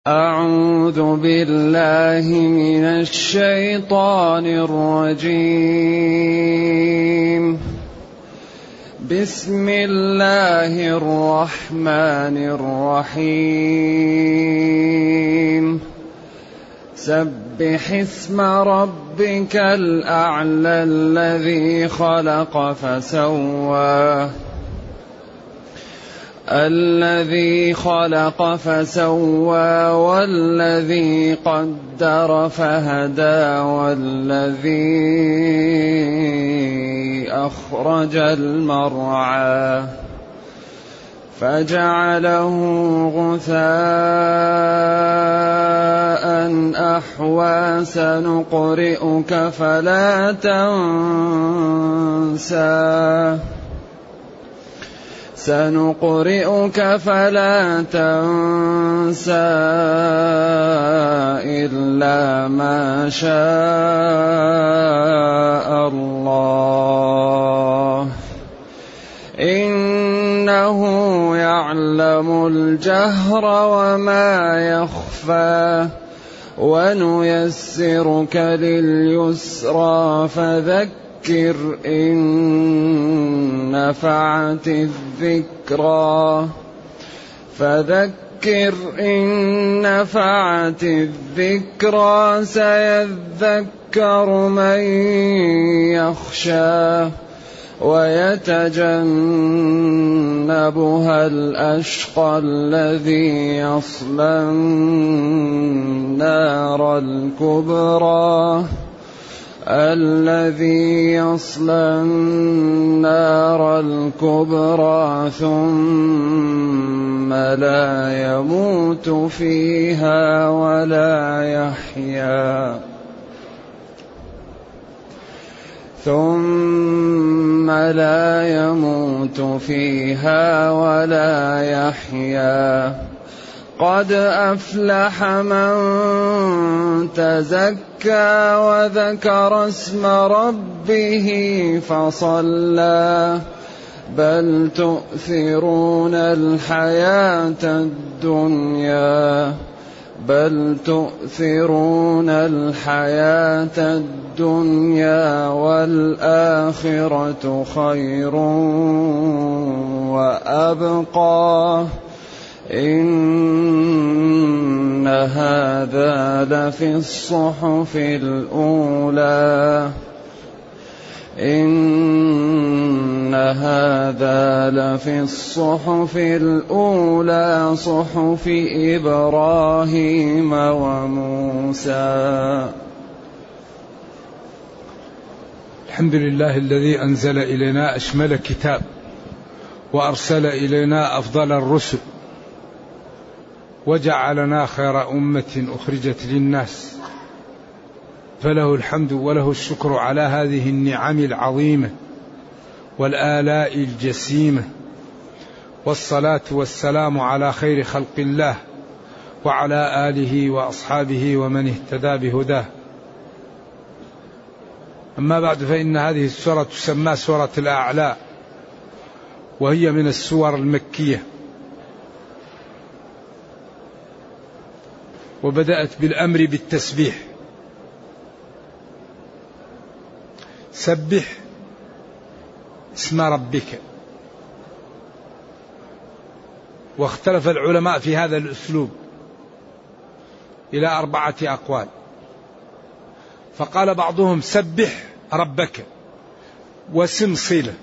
أعوذ بالله من الشيطان الرجيم. بسم الله الرحمن الرحيم. سبح اسم ربك الأعلى الذي خلق فسوى والذي قدر فهدى والذي أخرج المرعى فجعله غثاء أحوى. سنقرئك فلا تنسى إلا ما شاء الله إنه يعلم الجهر وما يخفى. ونيسرك لليسرى فذكر إن نفعت الذكرى سيذكر من يخشى ويتجنبها الأشقى الذي يصلى النار الكبرى ثم لا يموت فيها ولا يحيا. قد أفلح من تزكى وذكر اسم ربه فصلى. بل تؤثرون الحياة الدنيا والآخرة خير وأبقى. إن هذا لفي الصحف الأولى صحف إبراهيم وموسى. الحمد لله الذي أنزل إلينا أشمل كتاب وأرسل إلينا أفضل الرسل وجعلنا خير أمة أخرجت للناس، فله الحمد وله الشكر على هذه النعم العظيمة والآلاء الجسيمة. والصلاة والسلام على خير خلق الله وعلى آله وأصحابه ومن اهتدى بهداه. أما بعد، فإن هذه السورة تسمى سورة الأعلى، وهي من السور المكية، وبدأت بالأمر بالتسبيح. سبح اسم ربك. واختلف العلماء في هذا الأسلوب إلى 4 أقوال. فقال بعضهم سبح ربك واسم صلة،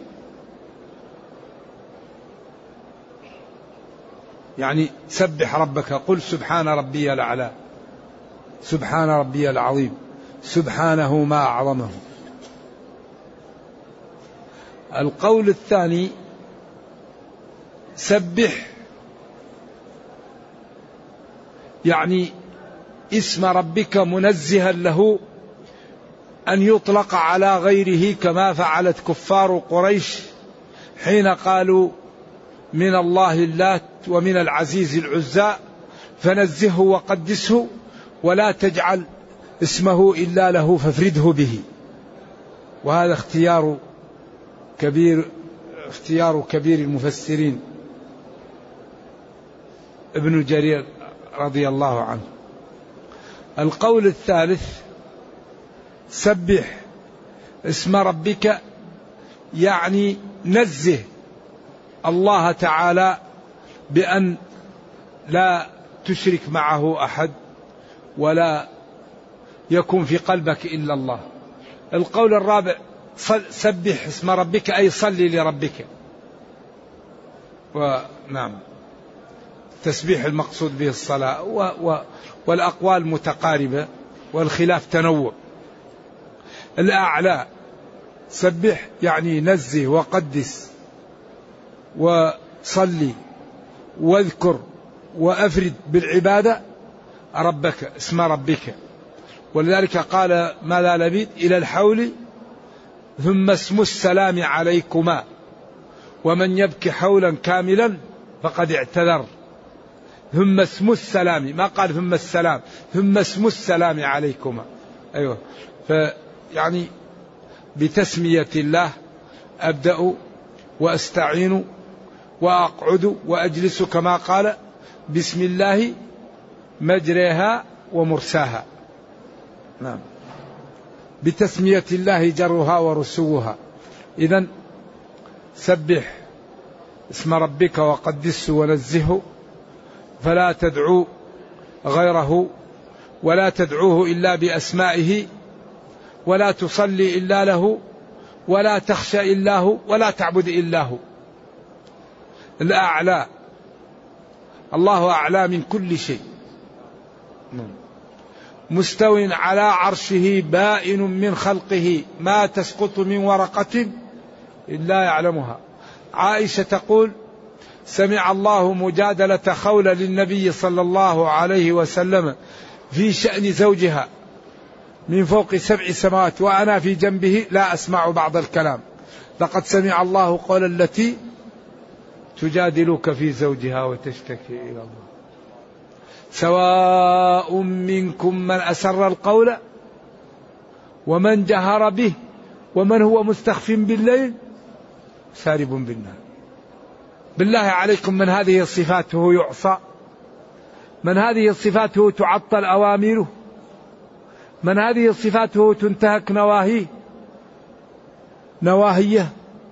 يعني سبح ربك، قل سبحان ربي الأعلى، سبحان ربي العظيم، سبحانه ما أعظمه. القول الثاني سبح يعني اسم ربك منزها له أن يطلق على غيره، كما فعلت كفار قريش حين قالوا من الله اللات ومن العزيز العزى، فنزهه وقدسه ولا تجعل اسمه إلا له فافرده به. وهذا اختيار كبير المفسرين ابن جرير رضي الله عنه. القول الثالث سبح اسم ربك، يعني نزه الله تعالى بأن لا تشرك معه أحد ولا يكون في قلبك إلا الله. القول الرابع سبح اسم ربك أي صلي لربك. ونعم التسبيح المقصود به الصلاة، والأقوال متقاربة والخلاف تنوع. الأعلى سبح يعني نزه وقدس وصلي واذكر وأفرد بالعبادة ربك اسم ربك. ولذلك قال ما لا لبيد إلى الحول ثم اسم السلام عليكما، ومن يبكي حولا كاملا فقد اعتذر. ثم اسم السلام، ما قال ثم السلام، ثم اسم السلام عليكما. أيوة، فيعني بتسمية الله أبدأ وأستعين وأقعد وأجلس، كما قال بسم الله مجريها ومرساها. نعم، بتسمية الله جرها ورسوها. إذن سبح اسم ربك وقدسه ونزهه، فلا تدعو غيره ولا تدعوه إلا بأسمائه، ولا تصلي إلا له، ولا تخشى إلا هو، ولا تعبد إلا هو. الأعلى، الله أعلى من كل شيء، مستو على عرشه بائن من خلقه، ما تسقط من ورقة إلا يعلمها. عائشة تقول سمع الله مجادلة خولة للنبي صلى الله عليه وسلم في شأن زوجها من فوق 7 سماوات وأنا في جنبه لا أسمع بعض الكلام. لقد سمع الله قول التي تجادلك في زوجها وتشتكي إلى الله، سواء منكم من أسر القول ومن جهر به ومن هو مستخف بالليل سارب بالنهار. بالله عليكم، من هذه صفاته يعصى؟ من هذه صفاته تعطل أوامره؟ من هذه صفاته تنتهك نواهيه؟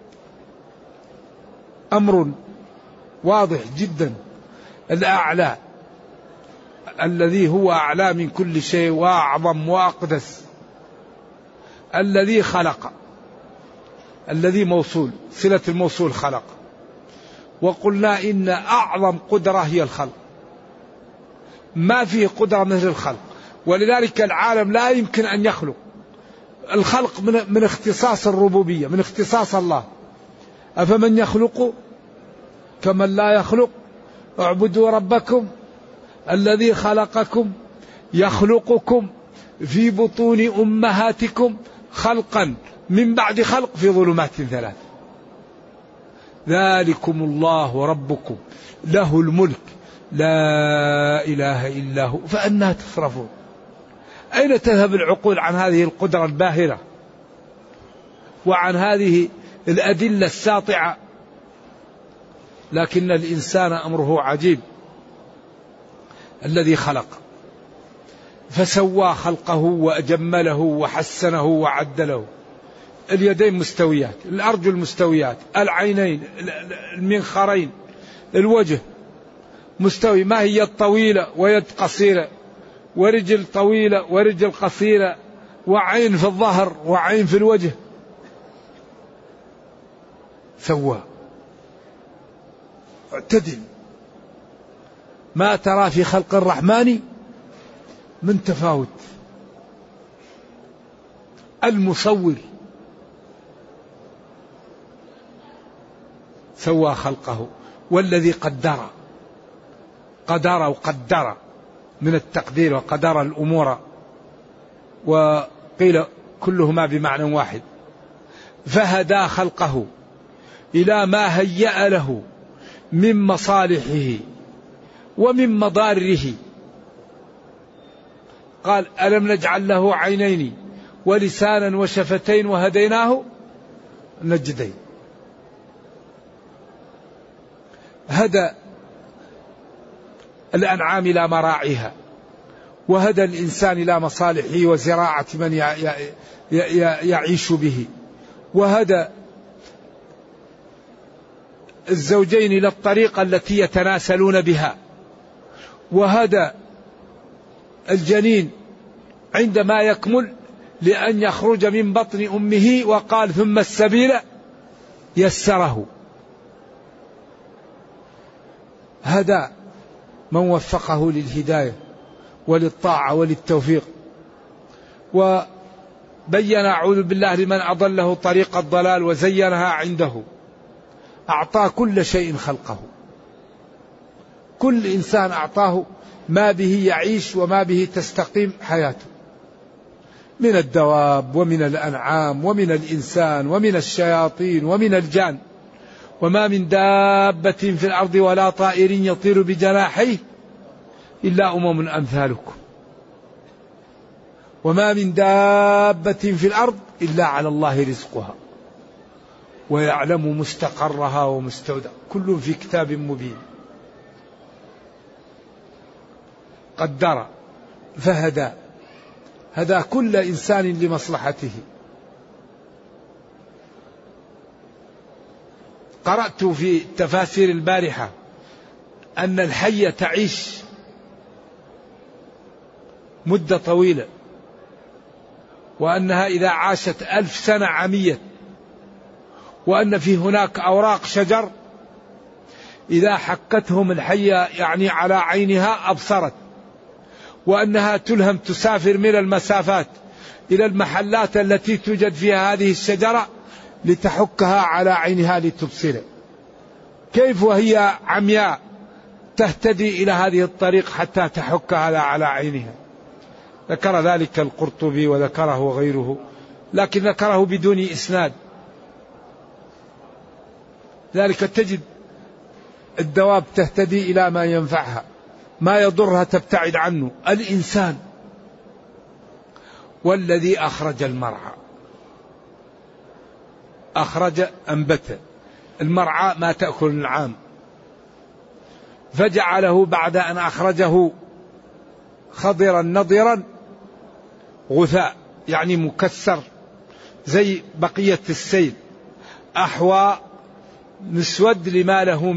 أمر واضح جدا. الأعلى الذي هو أعلى من كل شيء وأعظم وأقدس، الذي خلق، الذي موصول، صلة الموصول خلق. وقلنا إن أعظم قدرة هي الخلق، ما فيه قدرة مثل الخلق. ولذلك العالم لا يمكن أن يخلق. الخلق من اختصاص الربوبية، من اختصاص الله. أفمن يخلق كمن لا يخلق؟ اعبدوا ربكم الذي خلقكم يخلقكم في بطون أمهاتكم خلقا من بعد خلق في ظلمات 3. ذلكم الله ربكم له الملك لا إله إلا هو فأنى تصرفون. أين تذهب العقول عن هذه القدرة الباهرة وعن هذه الأدلة الساطعة؟ لكن الإنسان أمره عجيب. الذي خلق فسوى خلقه وأجمله وحسنه وعدله. اليدين مستويات، الأرجل مستويات، العينين، المنخرين، الوجه مستوي، ما هي يد طويلة ويد قصيرة ورجل طويلة ورجل قصيرة وعين في الظهر وعين في الوجه. سوى، اعتدل. ما ترى في خلق الرحمن من تفاوت. المصور سوى خلقه، والذي قدر وقدر من التقدير وقدر الأمور، وقيل كلهما بمعنى واحد. فهدى خلقه إلى ما هيأ له من مصالحه ومن مضاره. قال ألم نجعل له عينين ولسانا وشفتين وهديناه النجدين. هدى الأنعام إلى مراعيها، وهدى الإنسان إلى مصالحه وزراعة من يعيش به، وهدى الزوجين إلى الطريقة التي يتناسلون بها، وهدى الجنين عندما يكمل لأن يخرج من بطن أمه، وقال ثم السبيل يسره. هدى من وفقه للهداية وللطاعة وللتوفيق، وبين أعوذ بالله لمن أضله طريق الضلال وزينها عنده. أعطى كل شيء خلقه، كل إنسان أعطاه ما به يعيش وما به تستقيم حياته، من الدواب ومن الأنعام ومن الإنسان ومن الشياطين ومن الجان. وما من دابة في الأرض ولا طائر يطير بجناحيه إلا أمم أمثالكم، وما من دابة في الأرض إلا على الله رزقها ويعلم مستقرها ومستودع، كل في كتاب مبين. قدر فهدى، هدى كل إنسان لمصلحته. قرأت في تفاسير البارحة أن الحية تعيش مدة طويلة، وأنها إذا عاشت 1000 سنة عميت، وأن في هناك أوراق شجر إذا حكتهم الحية يعني على عينها أبصرت، وأنها تلهم تسافر من المسافات إلى المحلات التي توجد فيها هذه الشجرة لتحكها على عينها لتبصره. كيف وهي عمياء تهتدي إلى هذه الطريق حتى تحكها على عينها؟ ذكر ذلك القرطبي وذكره غيره، لكن ذكره بدون إسناد. ذلك تجد الدواب تهتدي إلى ما ينفعها، ما يضرها تبتعد عنه. الإنسان والذي أخرج المرعى، أخرج أنبت المرعى ما تأكل النعام، فجعله بعد أن أخرجه خضرا نضرا غثاء، يعني مكسر زي بقية السيل، أحوى مسود لما له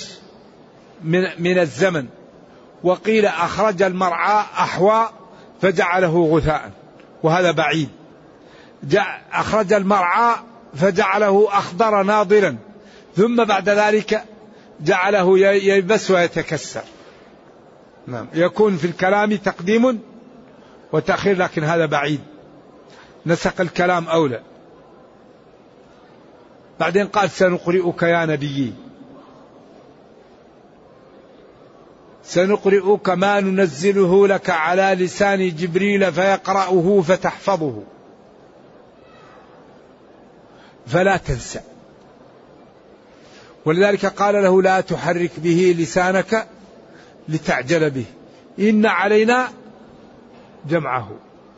من الزمن. وقيل أخرج المرعى أحوى فجعله غثاء، وهذا بعيد. أخرج المرعى فجعله أخضر ناضرا، ثم بعد ذلك جعله ييبس ويتكسر. نعم، يكون في الكلام تقديم وتأخير، لكن هذا بعيد، نسق الكلام أولى. بعدين قال سنقرئك يا نبي، سنقرئك ما ننزله لك على لسان جبريل فيقرأه فتحفظه فلا تنسى. ولذلك قال له لا تحرك به لسانك لتعجل به، إن علينا جمعه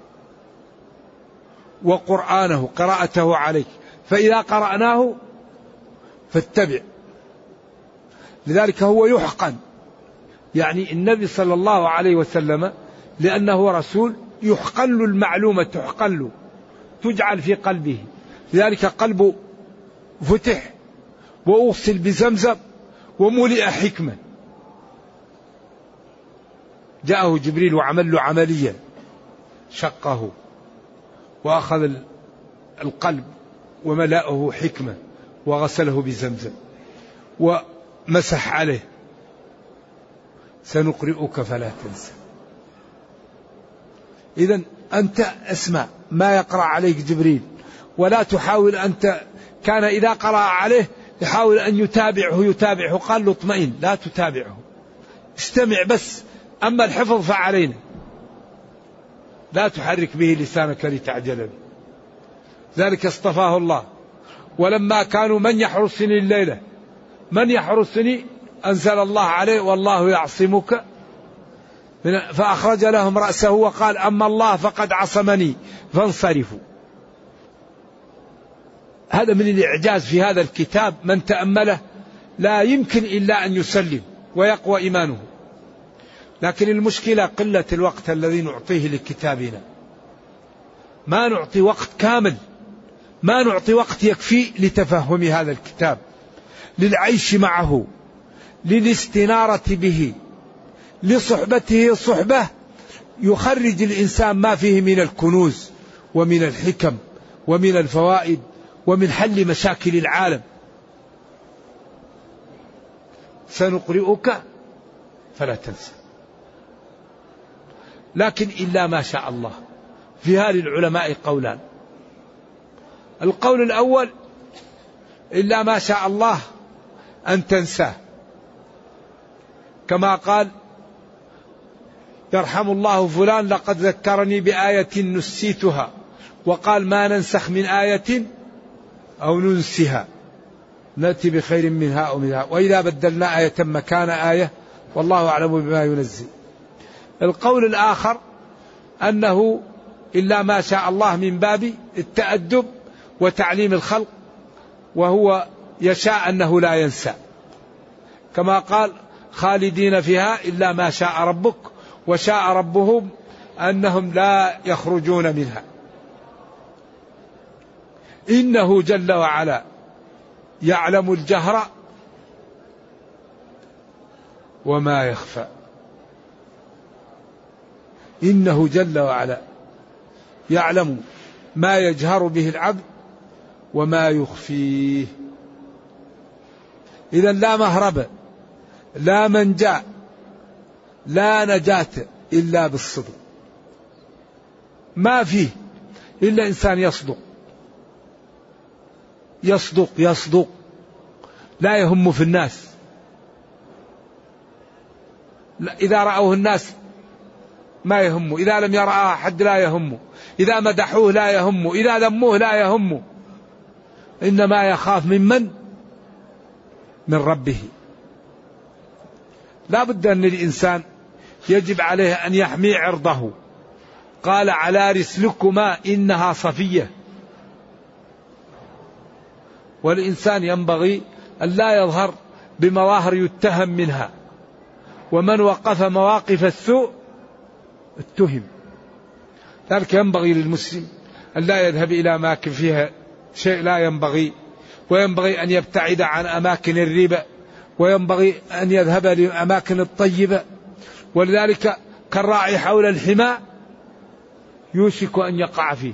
وقرآنه قراءته عليك، فإذا قرأناه فاتبع. لذلك هو يحقن، يعني النبي صلى الله عليه وسلم لأنه رسول يحقن له المعلومة، تحقن له، تجعل في قلبه. لذلك قلبه فتح وأغسل بزمزم وملئ حكمة. جاءه جبريل وعمل له عملية، شقه وأخذ القلب وملأه حكمة وغسله بزمزم ومسح عليه. سنقرئك فلا تنسى. إذن أنت اسمع ما يقرأ عليك جبريل، ولا تحاول أنت. كان إذا قرأ عليه يحاول أن يتابعه، قال له اطمئن لا تتابعه، استمع بس، أما الحفظ فعلينا. لا تحرك به لسانك لتعجل به. ذلك اصطفاه الله. ولما كانوا من يحرسني الليلة، من يحرسني أنزل الله عليه والله يعصمك، فأخرج لهم رأسه وقال أما الله فقد عصمني فانصرفوا. هذا من الإعجاز في هذا الكتاب، من تأمله لا يمكن إلا أن يسلم ويقوى إيمانه. لكن المشكلة قلة الوقت الذي نعطيه لكتابنا. ما نعطي وقت كامل، ما نعطي وقت يكفي لتفهم هذا الكتاب، للعيش معه، للاستنارة به، لصحبته صحبة يخرج الإنسان ما فيه من الكنوز ومن الحكم ومن الفوائد ومن حل مشاكل العالم. سنقرئك فلا تنسى. لكن إلا ما شاء الله. فيها للعلماء قولان. القول الأول إلا ما شاء الله أن تنساه، كما قال يرحم الله فلان لقد ذكرني بآية نسيتها، وقال ما ننسخ من آية أو ننسها نأتي بخير منها أو منها وإذا بدلنا آية مكان آية والله أعلم بما ينزل. القول الآخر أنه إلا ما شاء الله من باب التأدب وتعليم الخلق، وهو يشاء أنه لا ينسى، كما قال خالدين فيها إلا ما شاء ربك وشاء ربهم أنهم لا يخرجون منها. إنه جل وعلا يعلم الجهر وما يخفى. إنه جل وعلا يعلم ما يجهر به العبد وما يخفيه. إذا لا مهرب، لا منجا، لا نجاة إلا بالصدق. ما فيه إلا إنسان يصدق يصدق يصدق، لا يهم في الناس. إذا رأوه الناس ما يهمه، إذا لم يرى أحد لا يهمه، إذا مدحوه لا يهمه، إذا ذموه لا يهمه، إنما يخاف من ربه. لا بد أن الإنسان يجب عليه أن يحمي عرضه. قال على رسلكما إنها صفية. والإنسان ينبغي أن لا يظهر بمظاهر يتهم منها، ومن وقف مواقف السوء اتهم. ذلك ينبغي للمسلم أن لا يذهب إلى أماكن فيها شيء لا ينبغي، وينبغي أن يبتعد عن أماكن الربا، وينبغي أن يذهب للأماكن الطيبة. ولذلك كالراعي حول الحمى يوشك أن يقع فيه.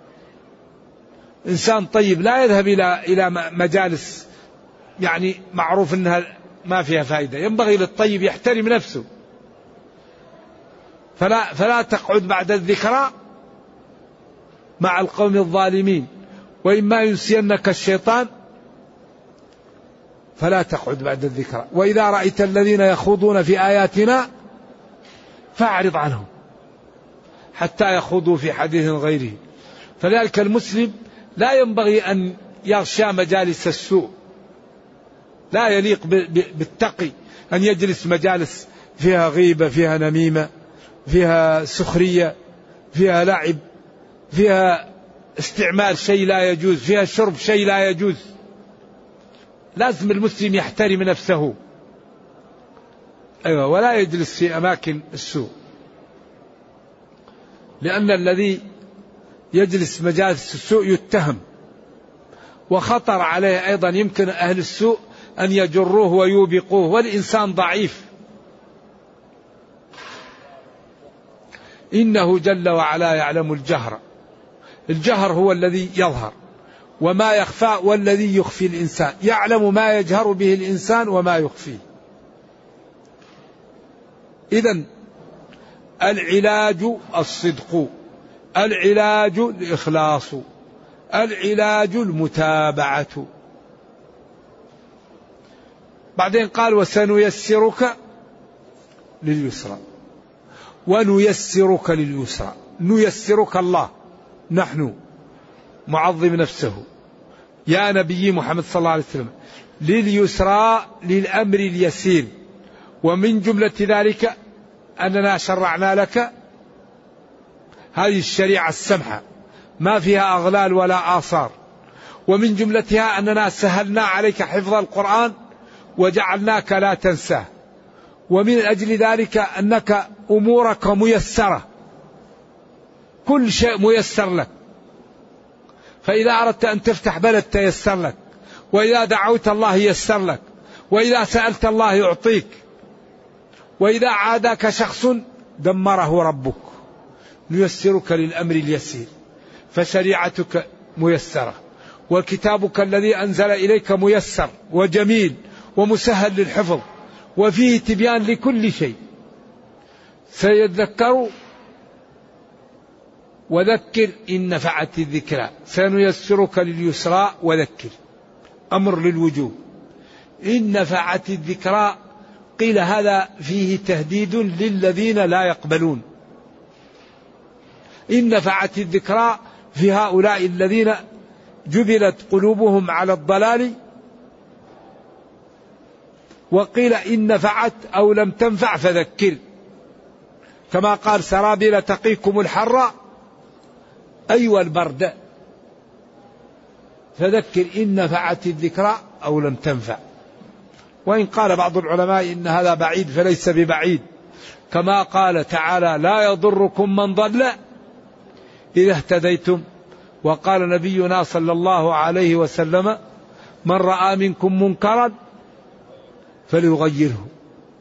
إنسان طيب لا يذهب إلى مجالس يعني معروف أنها ما فيها فائدة. ينبغي للطيب يحترم نفسه، فلا تقعد بعد الذكرى مع القوم الظالمين، وإما ينسينك الشيطان فلا تقعد بعد الذكرى. وإذا رأيت الذين يخوضون في آياتنا فأعرض عنهم حتى يخوضوا في حديث غيره. فذلك المسلم لا ينبغي أن يغشى مجالس السوء. لا يليق بالتقي أن يجلس مجالس فيها غيبة، فيها نميمة، فيها سخرية، فيها لعب، فيها استعمال شيء لا يجوز، فيها شرب شيء لا يجوز. لازم المسلم يحترم نفسه، أيوة، ولا يجلس في أماكن السوء، لأن الذي يجلس مجالس السوء يتهم، وخطر عليه أيضا يمكن أهل السوء أن يجروه ويوبقوه، والإنسان ضعيف. إنه جل وعلا يعلم الجهر. الجهر هو الذي يظهر، وما يخفى والذي يخفي الإنسان. يعلم ما يجهر به الإنسان وما يخفيه. إذن العلاج الصدق، العلاج الإخلاص، العلاج المتابعة. بعدين قال وسنيسرك لليسرى، ونيسرك لليسرى. نيسرك الله، نحن معظم نفسه يا نبي محمد صلى الله عليه وسلم لليسرى، للأمر اليسير. ومن جملة ذلك أننا شرعنا لك هذه الشريعة السمحة ما فيها أغلال ولا آثار. ومن جملتها أننا سهلنا عليك حفظ القرآن وجعلناك لا تنساه. ومن أجل ذلك أنك أمورك ميسرة، كل شيء ميسر لك. فإذا أردت أن تفتح بلد تيسر لك، وإذا دعوت الله يسر لك، وإذا سألت الله يعطيك، وإذا عاداك شخص دمره ربك. نيسرك للأمر اليسير، فشريعتك ميسرة، وكتابك الذي أنزل إليك ميسر وجميل ومسهل للحفظ، وفيه تبيان لكل شيء. سيذكر وذكر إن نفعت الذكرى، سنيسرك لليسرى وذكر، أمر للوجوب. إن نفعت الذكرى، قيل هذا فيه تهديد للذين لا يقبلون. إن نفعت الذكرى في هؤلاء الذين جبلت قلوبهم على الضلال، وقيل إن نفعت أو لم تنفع فذكر، كما قال سرابيل تقيكم الحر أيوة البرد، فذكر إن نفعت الذكرى أو لم تنفع. وإن قال بعض العلماء إن هذا بعيد فليس ببعيد، كما قال تعالى لا يضركم من ضل إذا اهتديتم. وقال نبينا صلى الله عليه وسلم من رأى منكم منكرا فليغيره،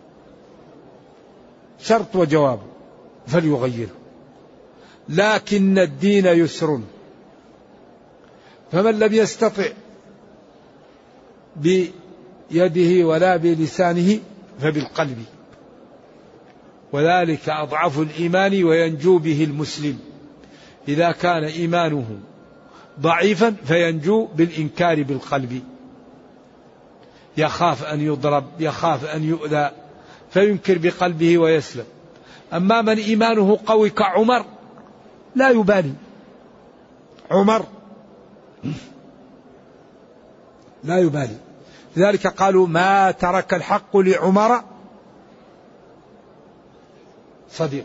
شرط وجواب، فليغيره. لكن الدين يسر، فمن لم يستطع بيده ولا بلسانه فبالقلب، وذلك أضعف الإيمان وينجو به المسلم. إذا كان إيمانه ضعيفا فينجو بالإنكار بالقلب، يخاف أن يضرب، يخاف أن يؤذى فينكر بقلبه ويسلم. أما من إيمانه قوي كعمر لا يبالي، عمر لا يبالي. لذلك قالوا ما ترك الحق لعمر صديق،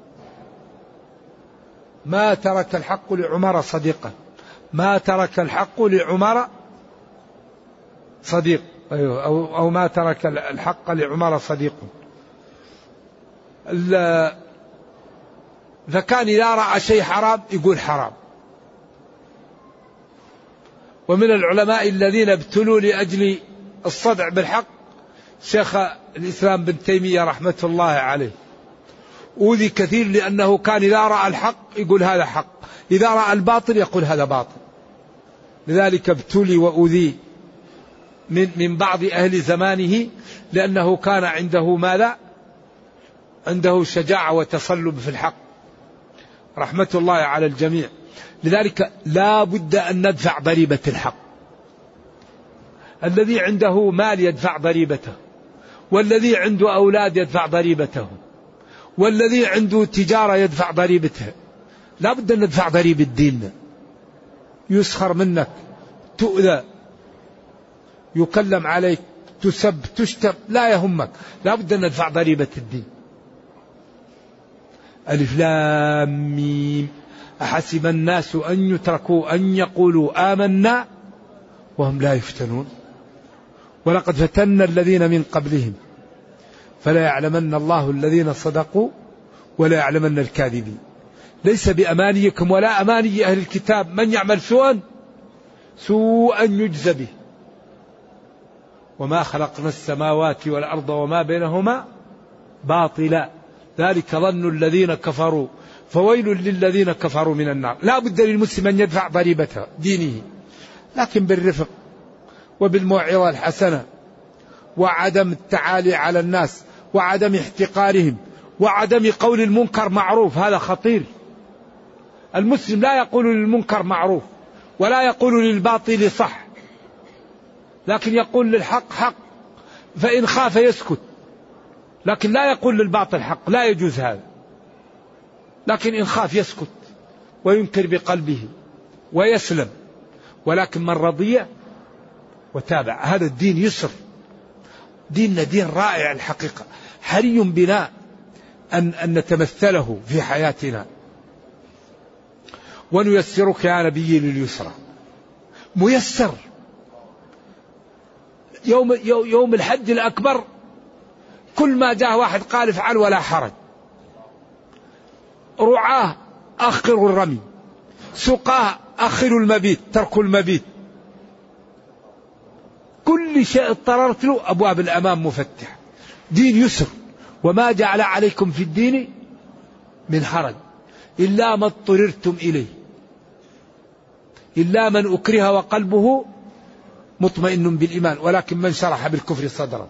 ما ترك الحق لعمر صديقا، ما ترك الحق لعمر صديق، أو ما ترك الحق لعمر صديق. فكان إذا رأى شيء حرام يقول حرام. ومن العلماء الذين ابتلوا لأجل الصدع بالحق شيخ الإسلام بن تيمية رحمة الله عليه، أوذي كثير لأنه كان إذا رأى الحق يقول هذا حق، إذا رأى الباطل يقول هذا باطل. لذلك ابتلي وأوذي من بعض أهل زمانه، لأنه كان عنده ماذا؟ عنده شجاعة وتصلب في الحق، رحمة الله على الجميع. لذلك لا بد أن ندفع ضريبة الحق. الذي عنده مال يدفع ضريبته، والذي عنده أولاد يدفع ضريبته، والذي عنده تجارة يدفع ضريبته. لا بد أن ندفع ضريبة ديننا. يسخر منك، تؤذى، يكلم عليك، تسب، تشتم، لا يهمك، لا بد أن ندفع ضريبة الدين. ألف لام ميم أحسب الناس أن يتركوا أن يقولوا آمنا وهم لا يفتنون ولقد فتنا الذين من قبلهم فلا يعلمن الله الذين صدقوا ولا يعلمن الكاذبين. ليس بأمانيكم ولا أماني أهل الكتاب، من يعمل سوءا يجزى به. وما خلقنا السماوات والأرض وما بينهما باطلا ذلك ظن الذين كفروا فويل للذين كفروا من النار. لا بد للمسلم أن يدفع ضريبة دينه، لكن بالرفق وبالموعظة الحسنة، وعدم التعالي على الناس، وعدم احتقارهم، وعدم قول المنكر معروف. هذا خطير. المسلم لا يقول للمنكر معروف ولا يقول للباطل صح، لكن يقول للحق حق، فإن خاف يسكت، لكن لا يقول للباطل حق، لا يجوز هذا. لكن إن خاف يسكت وينكر بقلبه ويسلم. ولكن من رضي وتابع، هذا الدين يسر، ديننا دين رائع الحقيقة، حري بنا أن نتمثله في حياتنا. ونيسرك يا نبي لليسرى، ميسر. يوم الحج الأكبر كل ما جاء واحد قال افعل ولا حرج. رعاه أخروا الرمي، سقاه أخروا المبيت، تركوا المبيت. كل شيء اضطررت له أبواب الأمام مفتحة. دين يسر، وما جعل عليكم في الدين من حرج إلا ما اضطررتم إليه، إلا من أكره وقلبه مطمئن بالإيمان ولكن من شرح بالكفر صدرا.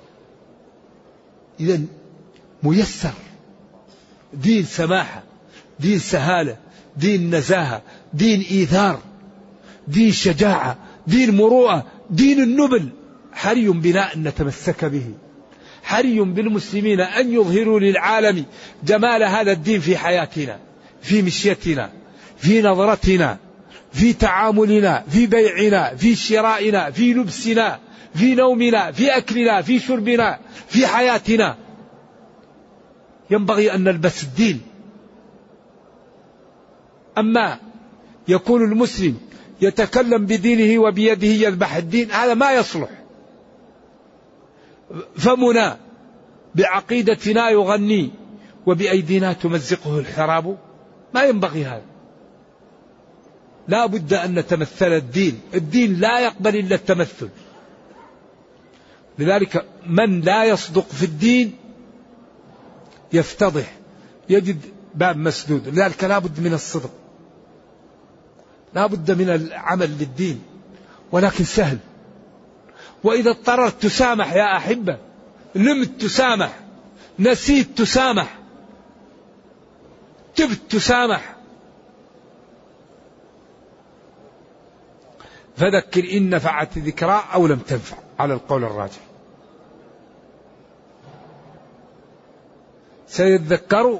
إذن ميسر، دين سماحة، دين سهالة، دين نزاهة، دين إيثار، دين شجاعة، دين مروءة، دين النبل. حري بنا أن نتمسك به، حري بالمسلمين أن يظهروا للعالم جمال هذا الدين في حياتنا، في مشيتنا، في نظرتنا، في تعاملنا، في بيعنا، في شرائنا، في لبسنا، في نومنا، في أكلنا، في شربنا، في حياتنا. ينبغي أن نلبس الدين. أما يكون المسلم يتكلم بدينه وبيده يذبح الدين، هذا ما يصلح. فمنا بعقيدتنا يغني وبأيدينا تمزقه الحراب، ما ينبغي هذا. لا بد أن نتمثل الدين. الدين لا يقبل إلا التمثل. لذلك من لا يصدق في الدين يفتضح، يجد باب مسدود. لذلك لا بد من الصدق، لا بد من العمل للدين، ولكن سهل. وإذا اضطررت تسامح يا أحبة، لمت تسامح، نسيت تسامح، تبت تسامح. فذكر إن نفعت ذكرى أو لم تنفع على القول الراجح. سيذكر،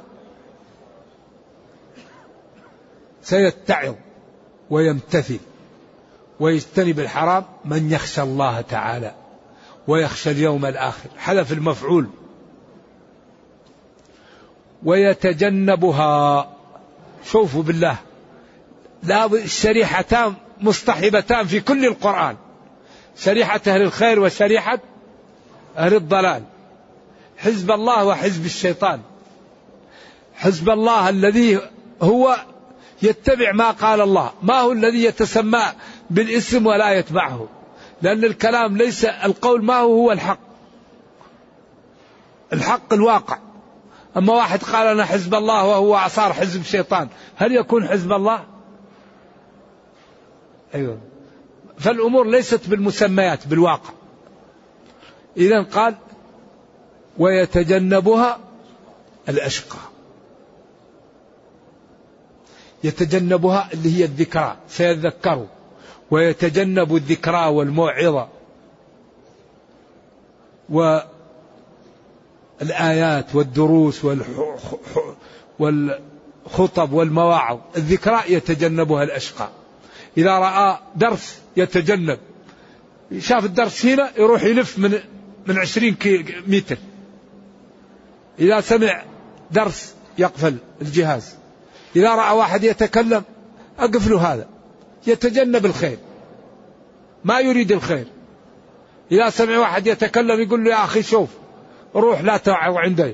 سيتعظ ويمتثل ويجتنب الحرام من يخشى الله تعالى ويخشى اليوم الآخر. حذف المفعول. ويتجنبها. شوفوا بالله، لا الشريحتان مصطحبتان في كل القرآن، شريحة أهل الخير وشريحة أهل الضلال. حزب الله وحزب الشيطان. حزب الله الذي هو يتبع ما قال الله، ما هو الذي يتسمى بالاسم ولا يتبعه، لأن الكلام ليس القول، ما هو الحق. الحق الواقع. أما واحد قال أنا حزب الله وهو صار حزب الشيطان، هل يكون حزب الله؟ أيوة. فالأمور ليست بالمسميات، بالواقع. إذن قال ويتجنبها الأشقى. يتجنبها اللي هي الذكرى، سيذكروا. ويتجنب الذكرى والموعظة والآيات والدروس والخطب والمواعظ. الذكرى يتجنبها الأشقى. إذا رأى درس يتجنب، شاف الدرس هنا يروح يلف من 20 متر. إذا سمع درس يقفل الجهاز. إذا رأى واحد يتكلم أقف له، هذا يتجنب الخير، ما يريد الخير. إذا سمع واحد يتكلم يقول له يا أخي شوف روح لا توعظ عندي،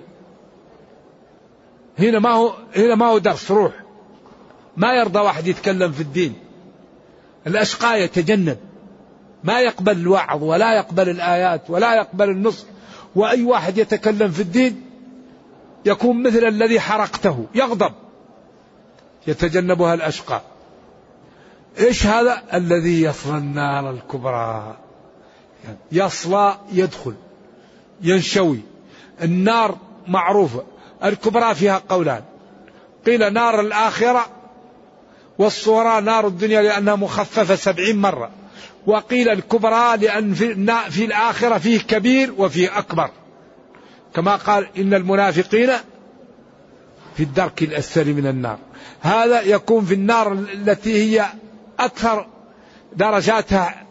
هنا ما هو درس، روح. ما يرضى واحد يتكلم في الدين. الأشقى يتجنب، ما يقبل الوعظ ولا يقبل الآيات ولا يقبل النصح. وأي واحد يتكلم في الدين يكون مثل الذي حرقته، يغضب. يتجنبها الأشقى. إيش هذا؟ الذي يصلى النار الكبرى. يصلى يدخل، ينشوي. النار معروفة، الكبرى فيها قولان، قيل نار الآخرة، والصغرى نار الدنيا لأنها مخففة 70 مرة، وقيل الكبرى لأن في الآخرة فيه كبير وفيه أكبر، كما قال إن المنافقين في الدرك الأسفل من النار. هذا يكون في النار التي هي أكثر درجاتها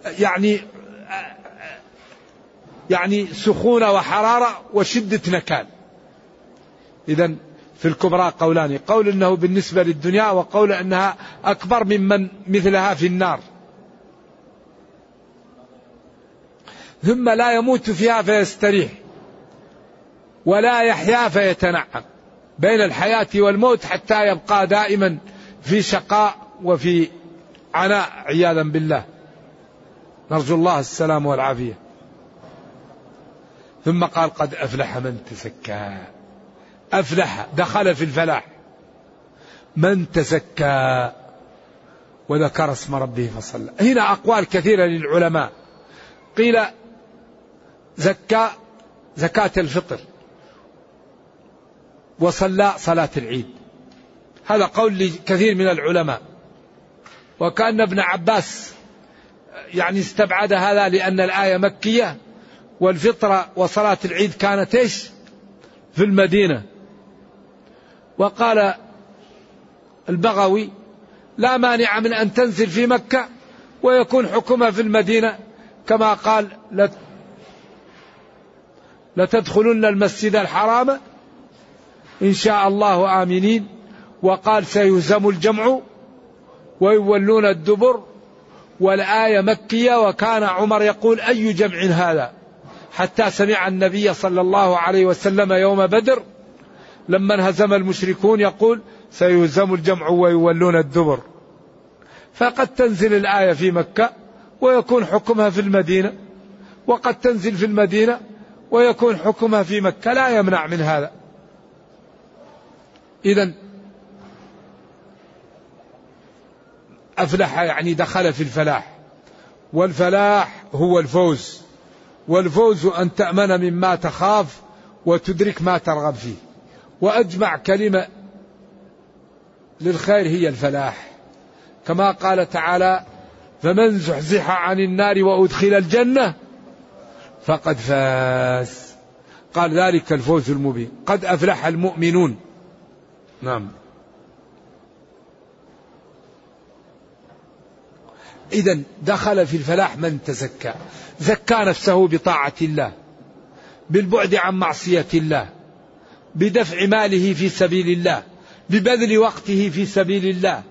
يعني سخونة وحرارة وشدة نكال. إذن في الكبرى قولان، قول أنه بالنسبة للدنيا، وقول أنها أكبر ممن مثلها في النار. ثم لا يموت فيها فيستريح، ولا يحيا فيتنعم، بين الحياة والموت حتى يبقى دائما في شقاء وفي عناء عياذا بالله، نرجو الله السلام والعافية. ثم قال قد أفلح من تزكى، أفلح دخل في الفلاح، من تزكى وذكر اسم ربه فصلى. هنا أقوال كثيرة للعلماء، قيل زكى زكاة الفطر وصلى صلاة العيد، هذا قول لكثير من العلماء، وكأن ابن عباس يعني استبعد هذا لأن الآية مكية والفطرة وصلاة العيد كانت ايش في المدينة. وقال البغوي لا مانع من أن تنزل في مكة ويكون حكمها في المدينة، كما قال لتدخلن المسجد الحرام إن شاء الله آمنين، وقال سيهزم الجمع ويولون الدبر، والآية مكية. وكان عمر يقول أي جمع هذا، حتى سمع النبي صلى الله عليه وسلم يوم بدر لما انهزم المشركون يقول سيهزم الجمع ويولون الدبر. فقد تنزل الآية في مكة ويكون حكمها في المدينة، وقد تنزل في المدينة ويكون حكمها في مكة، لا يمنع من هذا. إذن أفلح يعني دخل في الفلاح، والفلاح هو الفوز، والفوز أن تأمن مما تخاف وتدرك ما ترغب فيه. وأجمع كلمة للخير هي الفلاح، كما قال تعالى فمن زحزح عن النار وأدخل الجنة فقد فاز، قال ذلك الفوز المبين، قد أفلح المؤمنون. نعم. إذن دخل في الفلاح من تزكى، زكى نفسه بطاعة الله، بالبعد عن معصية الله، بدفع ماله في سبيل الله، ببذل وقته في سبيل الله،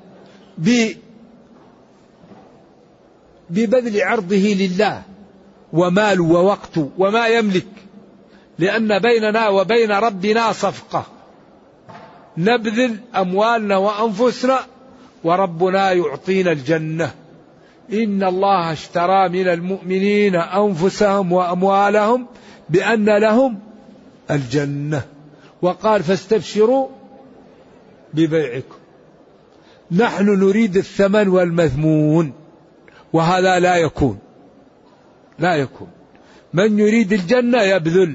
ببذل عرضه لله وماله ووقته وما يملك، لأن بيننا وبين ربنا صفقة، نبذل أموالنا وأنفسنا وربنا يعطينا الجنة. إن الله اشترى من المؤمنين أنفسهم وأموالهم بأن لهم الجنة، وقال فاستبشروا ببيعكم. نحن نريد الثمن والمذمون، وهذا لا يكون. من يريد الجنة يبذل.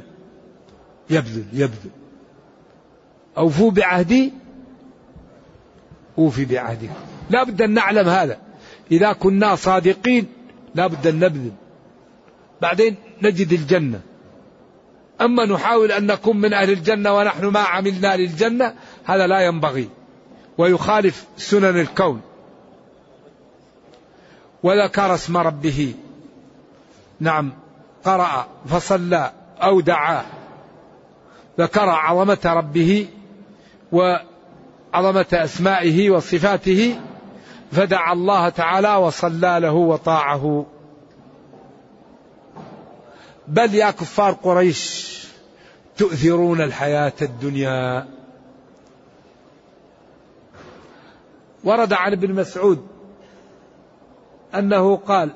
أوفوا بعهدي أوفي بعهدكم. لا بد أن نعلم هذا، إذا كنا صادقين لا بد أن نبذل، بعدين نجد الجنة. أما نحاول أن نكون من أهل الجنة ونحن ما عملنا للجنة، هذا لا ينبغي ويخالف سنن الكون. وذكر اسم ربه، نعم، قرأ فصلى أو دعا، ذكر عظمة ربه وعظمة أسمائه وصفاته، فدعا الله تعالى وصلى له وطاعه. بل يا كفار قريش تؤثرون الحياة الدنيا. ورد عن ابن مسعود أنه قال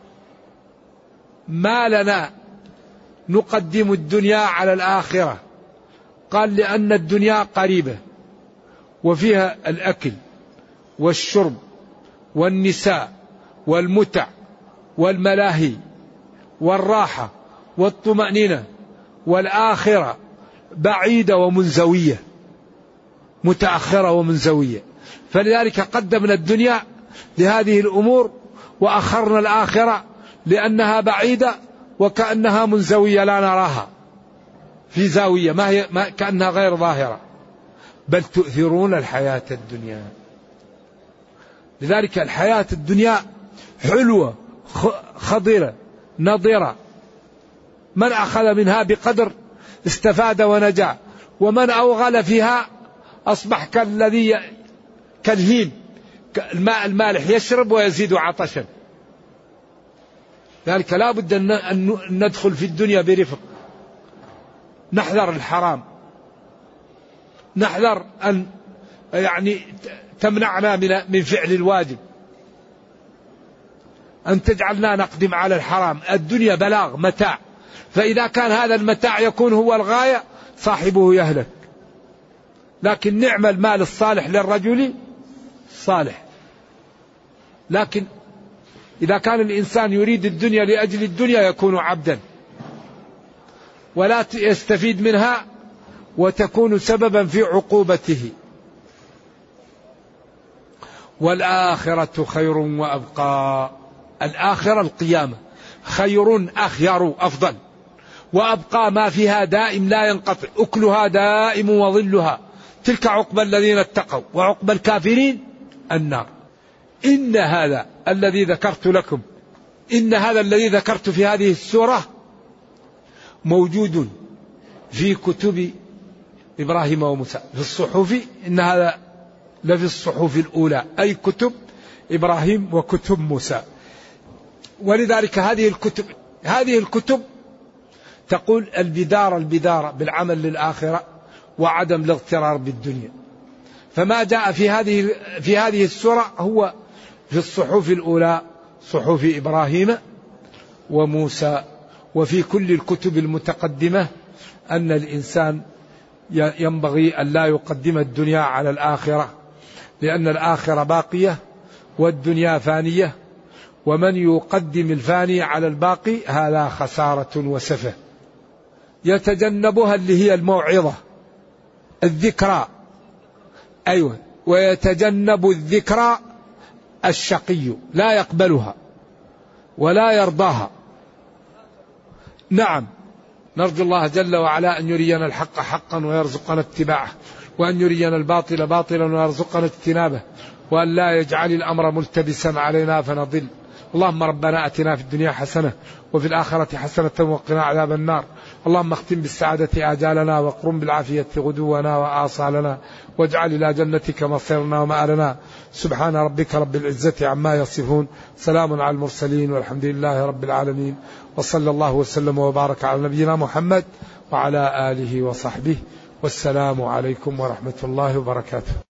ما لنا نقدم الدنيا على الآخرة، قال لأن الدنيا قريبة وفيها الأكل والشرب والنساء والمتع والملاهي والراحة والطمأنينة، والآخرة بعيدة ومنزوية، متأخرة ومنزوية، فلذلك قدمنا الدنيا لهذه الأمور وأخرنا الآخرة لأنها بعيدة وكأنها منزوية لا نراها، في زاوية ما كأنها غير ظاهرة. بل تؤثرون الحياة الدنيا. لذلك الحياة الدنيا حلوة خضرة نضرة، من أخذ منها بقدر استفاد ونجا، ومن أوغل فيها أصبح كالهيم، الماء المالح يشرب ويزيد عطشا. ذلك لا بد أن ندخل في الدنيا برفق. نحذر الحرام، نحذر أن تمنعنا من فعل الواجب، أن تجعلنا نقدم على الحرام. الدنيا بلاغ متاع، فإذا كان هذا المتاع يكون هو الغاية صاحبه يهلك. لكن نعم المال الصالح للرجل صالح. لكن إذا كان الإنسان يريد الدنيا لأجل الدنيا يكون عبدا ولا يستفيد منها وتكون سببا في عقوبته. والآخرة خير وأبقى. الآخرة القيامة خير أخير أفضل، وأبقى ما فيها دائم لا ينقطع، أكلها دائم وظلها. تلك عقبى الذين اتقوا، وعقبى الكافرين النار. إن هذا الذي ذكرت لكم، إن هذا الذي ذكرت في هذه السورة موجود في كتب إبراهيم وموسى في الصحف. إن هذا لفي الصحف الأولى، أي كتب إبراهيم وكتب موسى. ولذلك هذه الكتب تقول البدار بالعمل للآخرة وعدم الاغترار بالدنيا. فما جاء في هذه السورة هو في الصحف الأولى، صحف إبراهيم وموسى. وفي كل الكتب المتقدمة أن الإنسان ينبغي أن لا يقدم الدنيا على الآخرة، لأن الآخرة باقية والدنيا فانية، ومن يقدم الفاني على الباقي هذا خسارة وسفه. يتجنبها اللي هي الموعظة الذكرى، أيوة، ويتجنب الذكرى الشقي لا يقبلها ولا يرضاها. نعم، نرجو الله جل وعلا أن يرينا الحق حقا ويرزقنا اتباعه، وأن يرينا الباطل باطلا ويرزقنا اجتنابه، وأن لا يجعل الأمر ملتبسا علينا فنضل. اللهم ربنا أتنا في الدنيا حسنة وفي الآخرة حسنة وقنا عذاب النار. اللهم اختم بالسعادة آجالنا واقرم بالعافية غدونا وآصالنا، واجعل إلى جنتك مصيرنا ومآلنا. سبحان ربك رب العزة عما يصفون، سلام على المرسلين والحمد لله رب العالمين، وصلى الله وسلم وبارك على نبينا محمد وعلى آله وصحبه، والسلام عليكم ورحمة الله وبركاته.